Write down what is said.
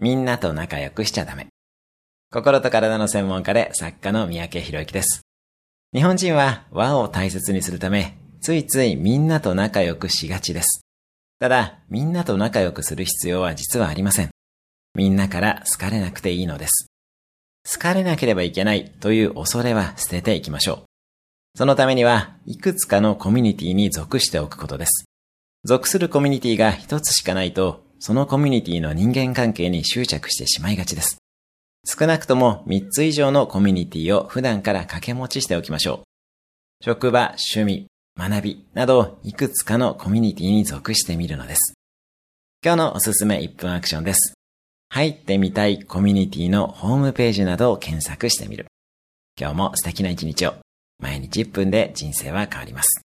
みんなと仲良くしちゃダメ。心と体の専門家で作家の三宅博之です。日本人は和を大切にするため、ついついみんなと仲良くしがちです。ただ、みんなと仲良くする必要は実はありません。みんなから好かれなくていいのです。好かれなければいけないという恐れは捨てていきましょう。そのためには、いくつかのコミュニティに属しておくことです。属するコミュニティが一つしかないと、そのコミュニティの人間関係に執着してしまいがちです。少なくとも3つ以上のコミュニティを普段から掛け持ちしておきましょう。職場、趣味、学びなどいくつかのコミュニティに属してみるのです。今日のおすすめ1分アクションです。入ってみたいコミュニティのホームページなどを検索してみる。今日も素敵な一日を。毎日1分で人生は変わります。